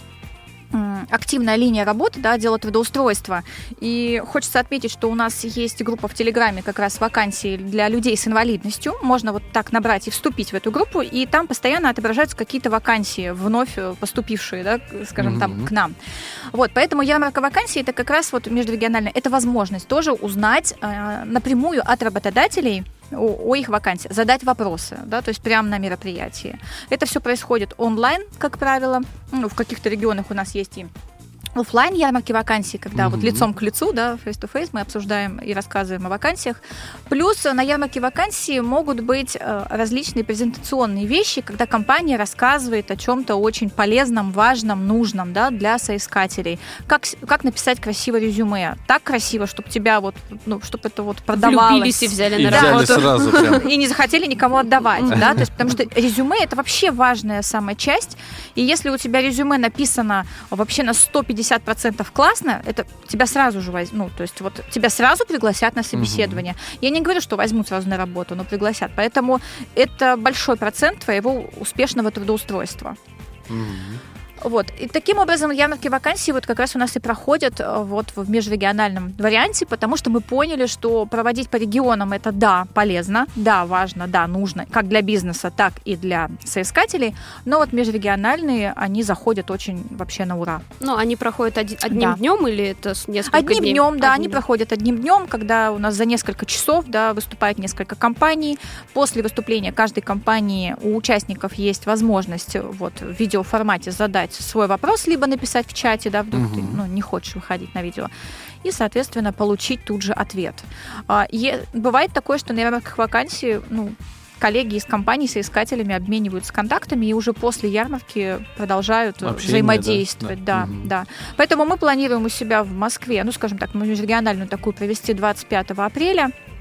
м, активная линия работы, да, дело трудоустройства. И хочется отметить, что у нас есть группа в Телеграме как раз вакансий для людей с инвалидностью. Можно вот так набрать и вступить в эту группу, и там постоянно отображаются какие-то вакансии, вновь поступившие, да, скажем, там, Мгм. к нам. Вот, поэтому ярмарка вакансий — это как раз вот межрегиональная, это возможность тоже узнать э, напрямую от работодателей о, о их вакансиях, задать вопросы, да, то есть прямо на мероприятии. Это все происходит онлайн, как правило. Ну, в каких-то регионах у нас есть и офлайн ярмарки вакансий, когда Мгм. вот лицом к лицу, да, face-to-face мы обсуждаем и рассказываем о вакансиях. Плюс на ярмарке вакансий могут быть э, различные презентационные вещи, когда компания рассказывает о чем-то очень полезном, важном, нужном, да, для соискателей. Как, с- как написать красивое резюме. Так красиво, чтобы тебя вот, ну, чтобы это вот продавалось. Влюбились и взяли И на взяли работу. сразу прям. И не захотели никому отдавать, да, то есть потому что резюме — это вообще важная самая часть, и если у тебя резюме написано вообще на сто пятьдесят процентов классно, это тебя сразу же возьмут, ну, то есть вот тебя сразу пригласят на собеседование. Я не говорю, что возьмут сразу на работу, но пригласят, поэтому это большой процент твоего успешного трудоустройства. Мгм. Вот. И таким образом ярмарки вакансий вот как раз у нас и проходят э, вот в межрегиональном варианте, потому что мы поняли, что проводить по регионам это да, полезно, да, важно, да, нужно, как для бизнеса, так и для соискателей, но вот межрегиональные, они заходят очень вообще на ура. Ну, они проходят один- одним Да. днем или это с несколько Одним дней? днем, да, Одним они днем. проходят одним днем, когда у нас за несколько часов, да, выступает несколько компаний. После выступления каждой компании у участников есть возможность вот в видеоформате задать свой вопрос, либо написать в чате, да, вдруг ты Мгм. ну, не хочешь выходить на видео, и, соответственно, получить тут же ответ. А, е- Бывает такое, что на ярмарках вакансий, ну, коллеги из компаний с соискателями обмениваются контактами и уже после ярмарки продолжают Общение, взаимодействовать. да? Да, Мгм. да. Поэтому мы планируем у себя в Москве, ну, скажем так, мы межрегиональную такую провести двадцать пятого апреля.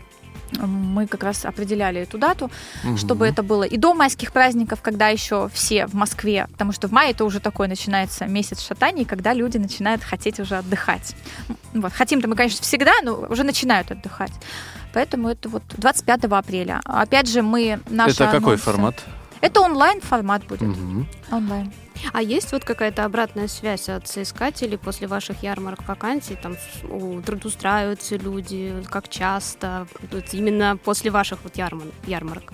мы как раз определяли эту дату, Мгм. чтобы это было и до майских праздников, когда еще все в Москве, потому что в мае это уже такой начинается месяц шатаний, когда люди начинают хотеть уже отдыхать. Вот. Хотим-то мы, конечно, всегда, но уже начинают отдыхать. Поэтому это вот двадцать пятого апреля. Опять же, мы наши Это какой анонсы- формат? Это онлайн-формат будет. Мгм. Онлайн. А есть вот какая-то обратная связь от соискателей после ваших ярмарок вакансий? Там с- у- трудоустраиваются люди, как часто? Вот именно после ваших вот ярмар- ярмарок.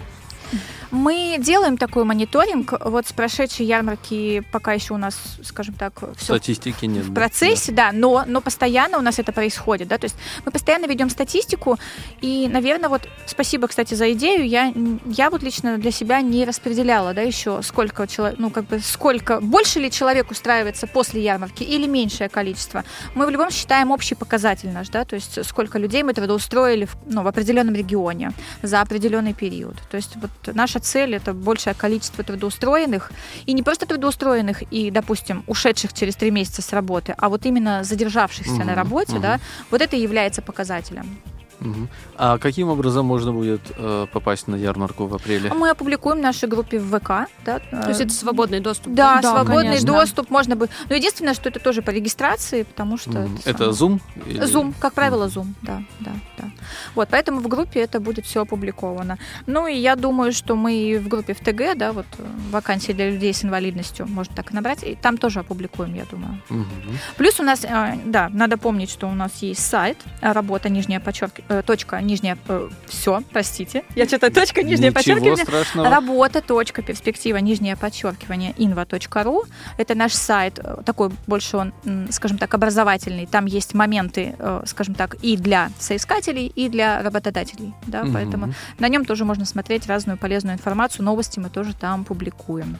Мы делаем такой мониторинг. Вот с прошедшей ярмарки пока еще у нас, скажем так, все Статистики нет. в да. процессе, да, но, но постоянно у нас это происходит, да, то есть мы постоянно ведем статистику, и, наверное, вот спасибо, кстати, за идею, я, я вот лично для себя не распределяла, да, еще сколько человек, ну, как бы, сколько, больше ли человек устраивается после ярмарки или меньшее количество. Мы в любом считаем общий показатель наш, да, то есть сколько людей мы трудоустроили в, ну, в определенном регионе за определенный период. То есть вот наша цель — это большее количество трудоустроенных, и не просто трудоустроенных и, допустим, ушедших через три месяца с работы, а вот именно задержавшихся Мгм, на работе, мгм. да, вот это и является показателем. Мгм. А каким образом можно будет э, попасть на ярмарку в апреле? Мы опубликуем в нашей группе в ВК, да. То есть это свободный доступ? Да, Да, свободный конечно. доступ можно бы. Но единственное, что это тоже по регистрации, потому что Мгм. это Это Zoom? или- Zoom, как правило, Zoom, да, да, да. Вот, поэтому в группе это будет все опубликовано. Ну и я думаю, что мы и в группе в ТГ, да, вот э, вакансии для людей с инвалидностью, можно так и набрать, и там тоже опубликуем, я думаю. Мгм. Плюс у нас, э, да, надо помнить, что у нас есть сайт, э, работа, нижняя подчеркивание, точка, нижняя, все, простите, я что-то точка, нижняя Ничего подчеркивание. страшного. Работа, точка, перспектива, нижнее подчеркивание, инва точка ру. Это наш сайт, э, такой больше он, м, скажем так, образовательный. Там есть моменты, э, скажем так, и для соискателей, и для работодателей. Да? Мгм. Поэтому на нем тоже можно смотреть разную полезную информацию. Новости мы тоже там публикуем.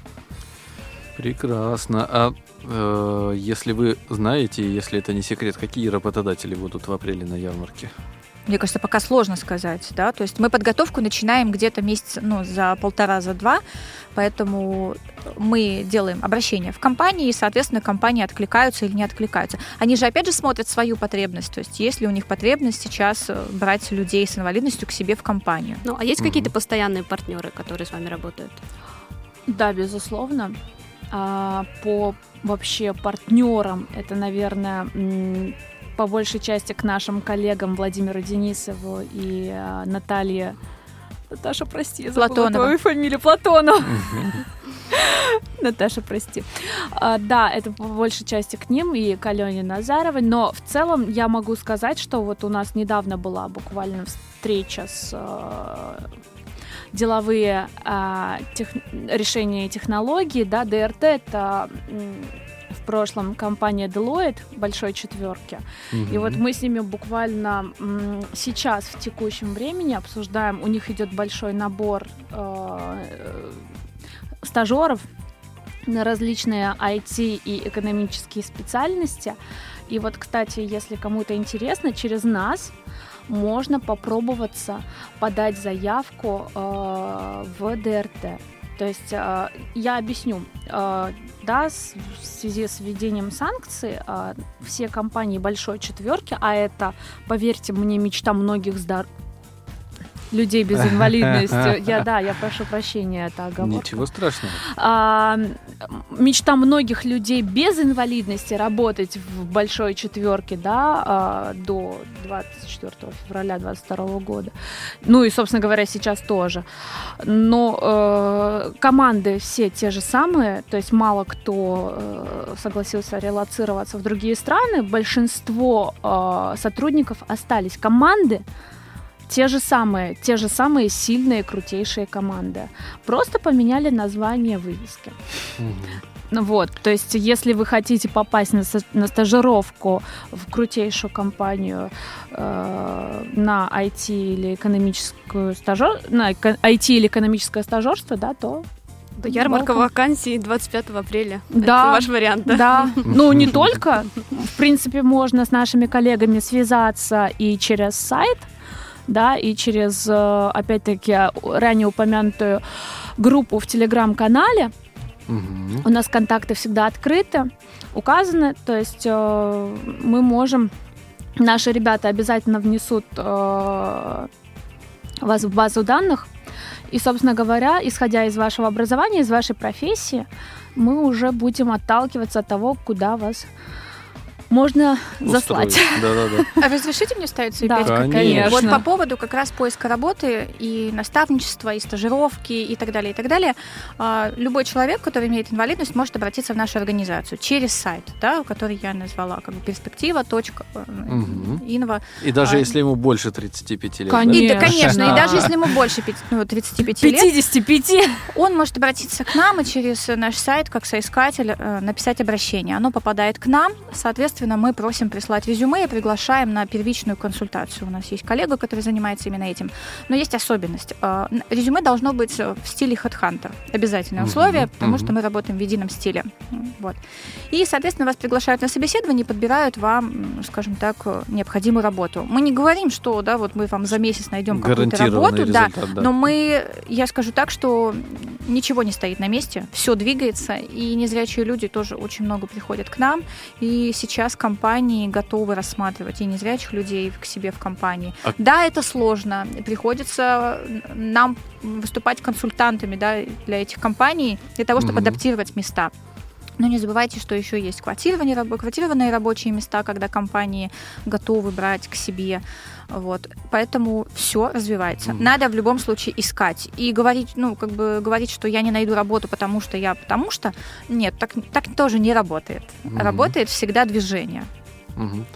Прекрасно. А э, если вы знаете, если это не секрет, какие работодатели будут в апреле на ярмарке? Мне кажется, пока сложно сказать, да, то есть мы подготовку начинаем где-то месяц, ну, за полтора, за два, поэтому мы делаем обращение в компании, и, соответственно, компании откликаются или не откликаются. Они же, опять же, смотрят свою потребность, то есть есть ли у них потребность сейчас э, брать людей с инвалидностью к себе в компанию. Ну, а есть Мгм. какие-то постоянные партнеры, которые с вами работают? Да, безусловно. А, по вообще партнерам это, наверное, м, по большей части к нашим коллегам Владимиру Денисову и а, Наталье. Наташа, прости, я забыла Платонова. твою фамилию. Платонова. Мгм. Наташа, прости. А, да, это по большей части к ним и к Алене Назаровой, но в целом я могу сказать, что вот у нас недавно была буквально встреча с а, деловые а, тех- решения и технологии, да, ДРТ — это м, в прошлом компания Deloitte большой четверки. И вот Мгм. мы с ними буквально м, сейчас в текущем времени обсуждаем, у них идет большой набор э, э, стажеров на различные ай ти и экономические специальности. И вот, кстати, если кому-то интересно, через нас можно попробоваться подать заявку э, в ДРТ. То есть э, я объясню, э, да, с- в связи с введением санкций э, все компании большой четверки, а это, поверьте мне, мечта многих здор- людей без инвалидности. Я, да, я прошу прощения, это оговорка. Ничего страшного. А, мечта многих людей без инвалидности работать в большой четверке, да, а, до двадцать четвёртого февраля двадцать второго года. Ну и, собственно говоря, сейчас тоже. Но э, команды все те же самые, то есть мало кто э, согласился релоцироваться в другие страны, большинство э, сотрудников остались. Команды те же самые, те же самые сильные, крутейшие команды. Просто поменяли название вывески. Мгм. Ну вот, то есть, если вы хотите попасть на, со- на стажировку в крутейшую компанию э, на ай ти или экономическую стажер, на эко- ай ти или экономическое стажерство, да, то Ярмарка welcome. вакансий двадцать пятого апреля. Да. Это ваш вариант, да? Да, ну не только. В принципе, можно с нашими коллегами связаться и через сайт, да, и через, э, опять-таки, ранее упомянутую группу в Телеграм-канале. Мгм. У нас контакты всегда открыты, указаны, то есть э, мы можем, наши ребята обязательно внесут э, вас в базу данных. И, собственно говоря, исходя из вашего образования, из вашей профессии, мы уже будем отталкиваться от того, куда вас можно заслать. Да-да-да. А разрешите мне ставить свои Да, пять копеек? конечно. Вот по поводу как раз поиска работы и наставничества, и стажировки, и так далее, и так далее. а, Любой человек, который имеет инвалидность, может обратиться в нашу организацию через сайт, да, который я назвала, как бы перспектива точка инва. И даже А, если ему больше тридцати пяти лет. Конечно. И, да, конечно, и Да. даже если ему больше пяти- ну, тридцати пяти лет, пятидесяти пяти. он может обратиться к нам и через наш сайт, как соискатель, э, написать обращение. Оно попадает к нам, соответственно, мы просим прислать резюме и приглашаем на первичную консультацию. У нас есть коллега, который занимается именно этим. Но есть особенность. Э, Резюме должно быть в стиле HeadHunter. Обязательное Мгм, условие, потому мгм. что мы работаем в едином стиле. Вот. И, соответственно, вас приглашают на собеседование и подбирают вам, м, скажем так, э, необходимую работу. Мы не говорим, что да, вот мы вам за месяц найдем какую-то Гарантированный работу, да, результат, да. но мы, я скажу так, что ничего не стоит на месте, все двигается, и незрячие люди тоже очень много приходят к нам, и сейчас компании готовы рассматривать и незрячих людей к себе в компании. А- Да, это сложно, приходится нам выступать консультантами, да, для этих компаний, для того, чтобы Мгм. адаптировать места. Но не забывайте, что еще есть квотирование, рабо- квотированные рабочие места, когда компании готовы брать к себе. Вот. Поэтому все развивается. Мгм. Надо в любом случае искать. И говорить, ну, как бы говорить, что я не найду работу, потому что я, потому что. Нет, так, так тоже не работает. Мгм. Работает всегда движение. Мгм.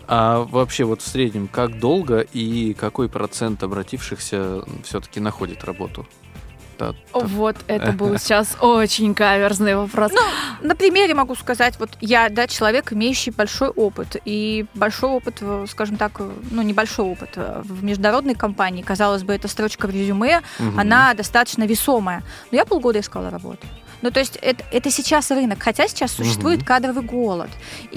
А вообще вот в среднем как долго и какой процент обратившихся все-таки находит работу? Да, да. Вот это был сейчас очень каверзный вопрос. На примере могу сказать, вот я, да, человек, имеющий большой опыт. И большой опыт, в, скажем так, ну, небольшой опыт в международной компании. Казалось бы, эта строчка в резюме, Мгм. она достаточно весомая. Но я полгода искала работу. Ну, то есть это, это сейчас рынок, хотя сейчас существует Мгм. кадровый голод.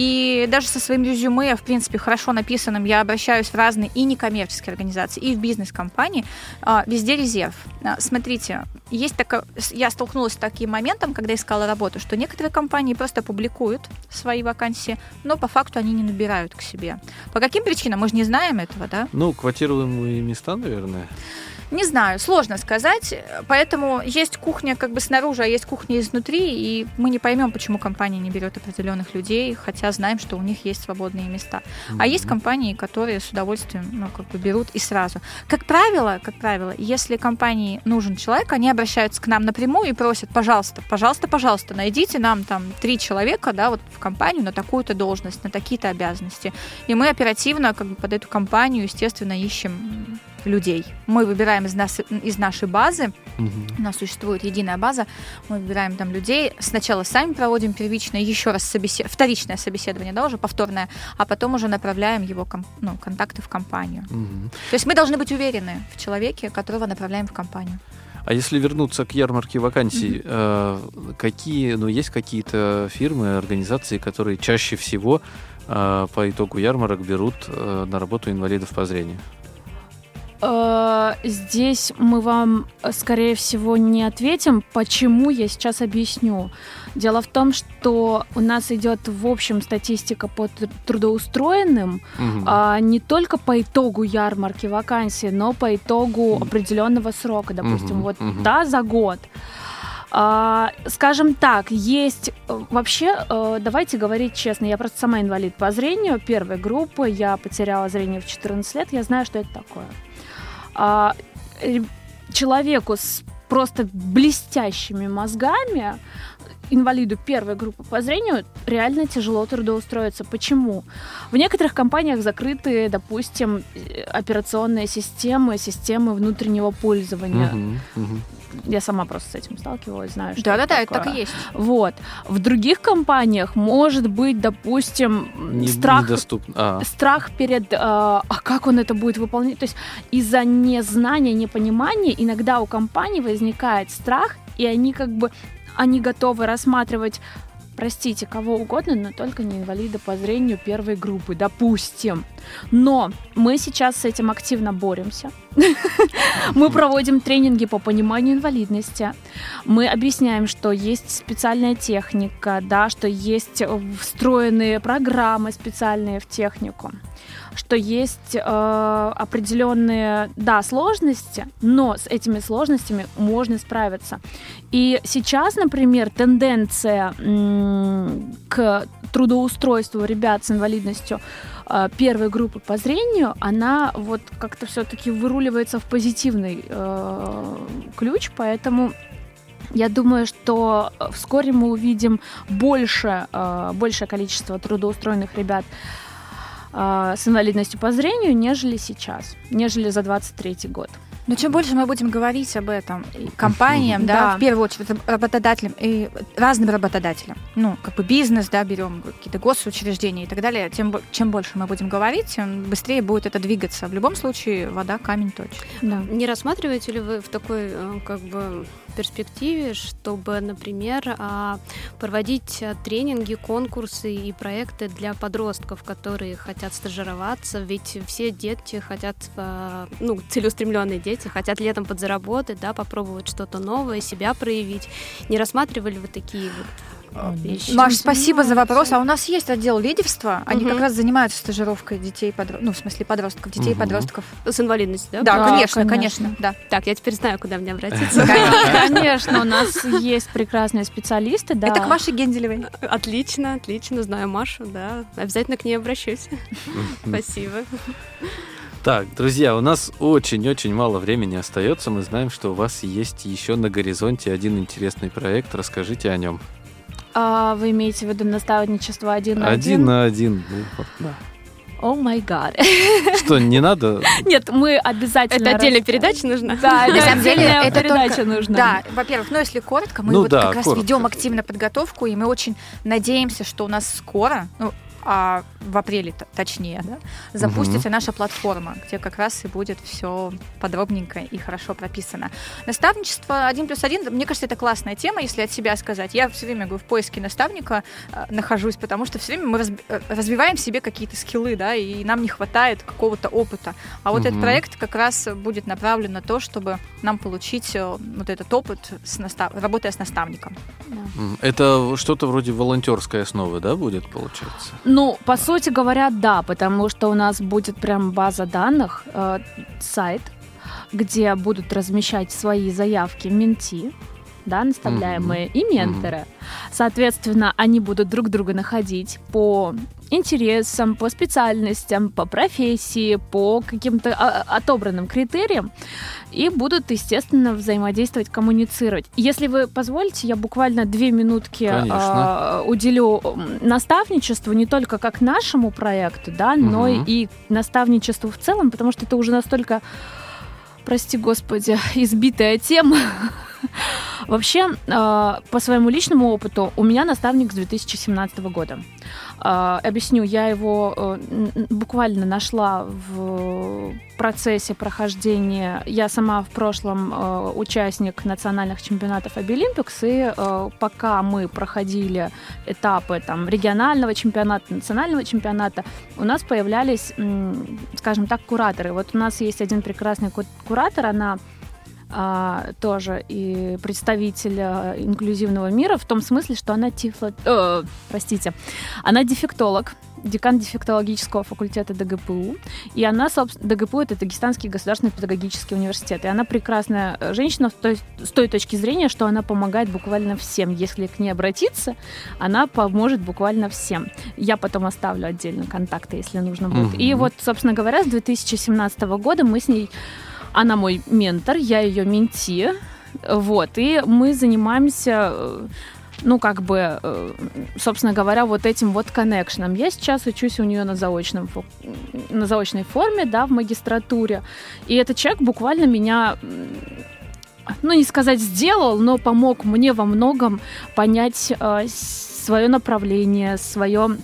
И даже со своим резюме, в принципе, хорошо написанным, я обращаюсь в разные и некоммерческие организации, и в бизнес-компании, а, везде резерв. А, Смотрите, есть такая, я столкнулась с таким моментом, когда искала работу, что некоторые компании просто публикуют свои вакансии, но по факту они не набирают к себе. По каким причинам? Мы же не знаем этого, да? Ну, квотируемые места, наверное. Не знаю, сложно сказать, поэтому есть кухня как бы снаружи, а есть кухня изнутри, и мы не поймем, почему компания не берет определенных людей, хотя знаем, что у них есть свободные места. А есть компании, которые с удовольствием, ну, как бы берут и сразу. Как правило, как правило, если компании нужен человек, они обращаются к нам напрямую и просят: пожалуйста, пожалуйста, пожалуйста, найдите нам там три человека, да, вот в компанию на такую-то должность, на такие-то обязанности. И мы оперативно как бы под эту компанию, естественно, ищем людей. Мы выбираем из, нас, из нашей базы, Мгм. у нас существует единая база, мы выбираем там людей, сначала сами проводим первичное, еще раз собесед... вторичное собеседование, да, уже повторное, а потом уже направляем его ком... ну, контакты в компанию. Мгм. То есть мы должны быть уверены в человеке, которого направляем в компанию. А если вернуться к ярмарке вакансий, э, какие, ну, есть какие-то фирмы, организации, которые чаще всего э, по итогу ярмарок берут э, на работу инвалидов по зрению? Э, Здесь мы вам, э, скорее всего, не ответим. Почему, я сейчас объясню. Дело в том, что у нас идет в общем статистика по тр- трудоустроенным Мгм. а, не только по итогу ярмарки вакансий, но по итогу определенного срока, допустим, Мгм, вот мгм. да, за год. А, скажем так, есть э, вообще, э, давайте говорить честно, я просто сама инвалид по зрению первой группы, я потеряла зрение в четырнадцать лет, я знаю, что это такое. А, э, человеку с просто блестящими мозгами, инвалиду первой группы по зрению, реально тяжело трудоустроиться. Почему? В некоторых компаниях закрыты, допустим, э, операционные системы, системы внутреннего пользования. Мгм. Мгм. Я сама просто с этим сталкивалась, знаю, что Да-да-да, это это так такое. и есть. Вот. В других компаниях может быть, допустим, Не- страх, недоступно. А, страх перед, э, а как он это будет выполнять. То есть из-за незнания, непонимания иногда у компаний возникает страх, и они как бы, они готовы рассматривать, простите, кого угодно, но только не инвалида по зрению первой группы, допустим. Но мы сейчас с этим активно боремся. Мы проводим тренинги по пониманию инвалидности. Мы объясняем, что есть специальная техника, да, что есть встроенные программы специальные в технику, что есть э, определенные, да, сложности, но с этими сложностями можно справиться. И сейчас, например, тенденция м- к трудоустройству ребят с инвалидностью э, первой группы по зрению, она вот как-то все-таки выруливается в позитивный э, ключ, поэтому я думаю, что вскоре мы увидим больше, э, большее количество трудоустроенных ребят э, с инвалидностью по зрению, нежели сейчас, нежели за двадцать третий год. Но чем больше мы будем говорить об этом и компаниям, да, Да. в первую очередь работодателям и разным работодателям, ну, как бы бизнес, да, берем какие-то госучреждения и так далее, тем бо- чем больше мы будем говорить, тем быстрее будет это двигаться. В любом случае, вода камень точит. Да. Не рассматриваете ли вы в такой э, как бы перспективе, чтобы, например, а, проводить а, тренинги, конкурсы и проекты для подростков, которые хотят стажироваться? Ведь все дети хотят, а, ну, целеустремленные дети хотят летом подзаработать, да, попробовать что-то новое, себя проявить. Не рассматривали вы такие вот вещи? Маш, спасибо за вопрос. А у нас есть отдел лидерства. Они Мгм. как раз занимаются стажировкой детей, подро- ну, в смысле подростков, детей и Мгм. подростков. С инвалидностью, да? Да, Да, конечно, конечно. конечно, да. Так, я теперь знаю, куда мне обратиться. Конечно, у нас есть прекрасные специалисты, да. Это к Маше Генделевой. Отлично, отлично, знаю Машу, да. Обязательно к ней обращусь. Спасибо. Так, друзья, у нас очень-очень мало времени остается. Мы знаем, что у вас есть еще на горизонте один интересный проект. Расскажите о нем. А, вы имеете в виду наставничество один на Один один? на один. Ну, вот, да. О май гад. Что, не надо? Нет, мы обязательно... Это отдельная рас- передача нужна? Да, На самом деле, отдельная это передача только- нужна. Да, во-первых, ну если коротко, мы Ну вот да, как раз коротко. ведем активно подготовку, и мы очень надеемся, что у нас скоро, ну, а в апреле т- точнее, да, запустится наша платформа, где как раз и будет все подробненько и хорошо прописано. Наставничество один плюс один, мне кажется, это классная тема, если от себя сказать. Я все время говорю, в поиске наставника э, нахожусь, потому что все время мы разби- э, развиваем в себе какие-то скиллы, да, и нам не хватает какого-то опыта. А вот Мгм. этот проект как раз будет направлен на то, чтобы нам получить э, вот этот опыт, с настав... работая с наставником. М, Это что-то вроде волонтерской основы, да, будет, получается? Ну, по сути говоря, да, потому что у нас будет прям база данных, э, сайт, где будут размещать свои заявки менти, да, наставляемые, и менторы. Соответственно, они будут друг друга находить по интересам, по специальностям, по профессии, по каким-то а, отобранным критериям и будут, естественно, взаимодействовать, коммуницировать. Если вы позволите, я буквально две минутки Конечно. э, уделю м, наставничеству не только как нашему проекту, да, но Мгм. и наставничеству в целом, потому что это уже настолько, прости господи, избитая тема. Вообще, э, по своему личному опыту, у меня наставник с две тысячи семнадцатого года. Э, объясню, я его э, н- буквально нашла в процессе прохождения. Я сама в прошлом э, участник национальных чемпионатов Обилимпикс, и э, пока мы проходили этапы там, регионального чемпионата, национального чемпионата, у нас появлялись, м, скажем так, кураторы. Вот у нас есть один прекрасный ку- куратор, она а, тоже и представитель а, инклюзивного мира в том смысле, что она тифло... э, простите, она дефектолог, декан дефектологического факультета ДГПУ, и она, собственно, ДГПУ — это Дагестанский государственный педагогический университет, и она прекрасная женщина с той, с той точки зрения, что она помогает буквально всем. Если к ней обратиться, она поможет буквально всем. Я потом оставлю отдельно контакты, если нужно будет. Мгм. И вот, собственно говоря, с две тысячи семнадцатого года мы с ней... Она мой ментор, я ее менти, вот, и мы занимаемся, э, ну, как бы, э, собственно говоря, вот этим вот коннекшеном. Я сейчас учусь у нее на заочном, фо- на заочной форме, да, в магистратуре, и этот человек буквально меня, м, ну, не сказать сделал, но помог мне во многом понять э, свое направление, свое,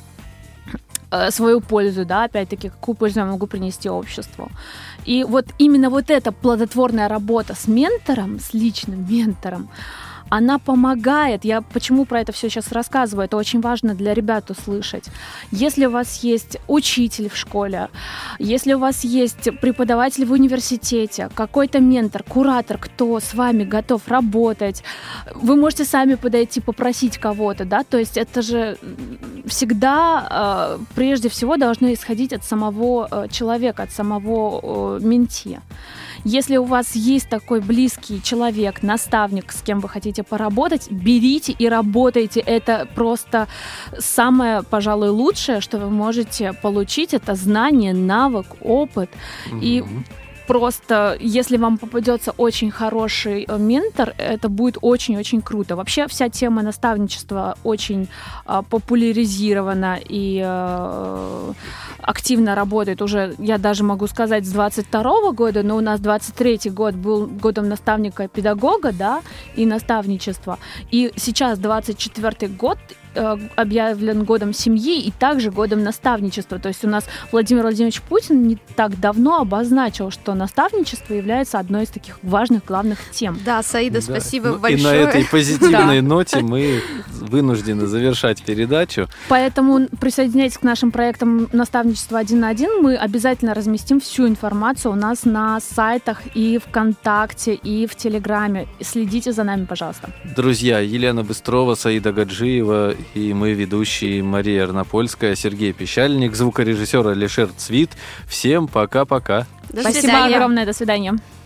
э, свою пользу, да, опять-таки, какую пользу я могу принести обществу. И вот именно вот эта плодотворная работа с ментором, с личным ментором, она помогает. Я почему про это все сейчас рассказываю? Это очень важно для ребят услышать. Если у вас есть учитель в школе, если у вас есть преподаватель в университете, какой-то ментор, куратор, кто с вами готов работать, вы можете сами подойти, попросить кого-то, да, то есть это же всегда э, прежде всего должно исходить от самого э, человека, от самого э, менти. Если у вас есть такой близкий человек, наставник, с кем вы хотите поработать, берите и работайте. Это просто самое, пожалуй, лучшее, что вы можете получить. Это знание, навык, опыт. Mm-hmm. И просто, если вам попадется очень хороший ментор, это будет очень-очень круто. Вообще вся тема наставничества очень а, популяризирована и а, активно работает уже, я даже могу сказать, с двадцать второго года, но у нас двадцать третий год был годом наставника-педагога, да, и наставничества. И сейчас двадцать четвёртый год объявлен годом семьи и также годом наставничества. То есть у нас Владимир Владимирович Путин не так давно обозначил, что наставничество является одной из таких важных, главных тем. Да, Саида, да. спасибо ну, большое. И на этой позитивной ноте мы вынуждены завершать передачу. Поэтому присоединяйтесь к нашим проектам наставничества один на один. Мы обязательно разместим всю информацию у нас на сайтах и ВКонтакте, и в Телеграме. Следите за нами, пожалуйста. Друзья, Елена Быстрова, Саида Гаджиева и мы, ведущие Мария Арнопольская, Сергей Пещальник, звукорежиссер Алишер Цвит. Всем пока-пока. До Спасибо свидания. огромное. До свидания.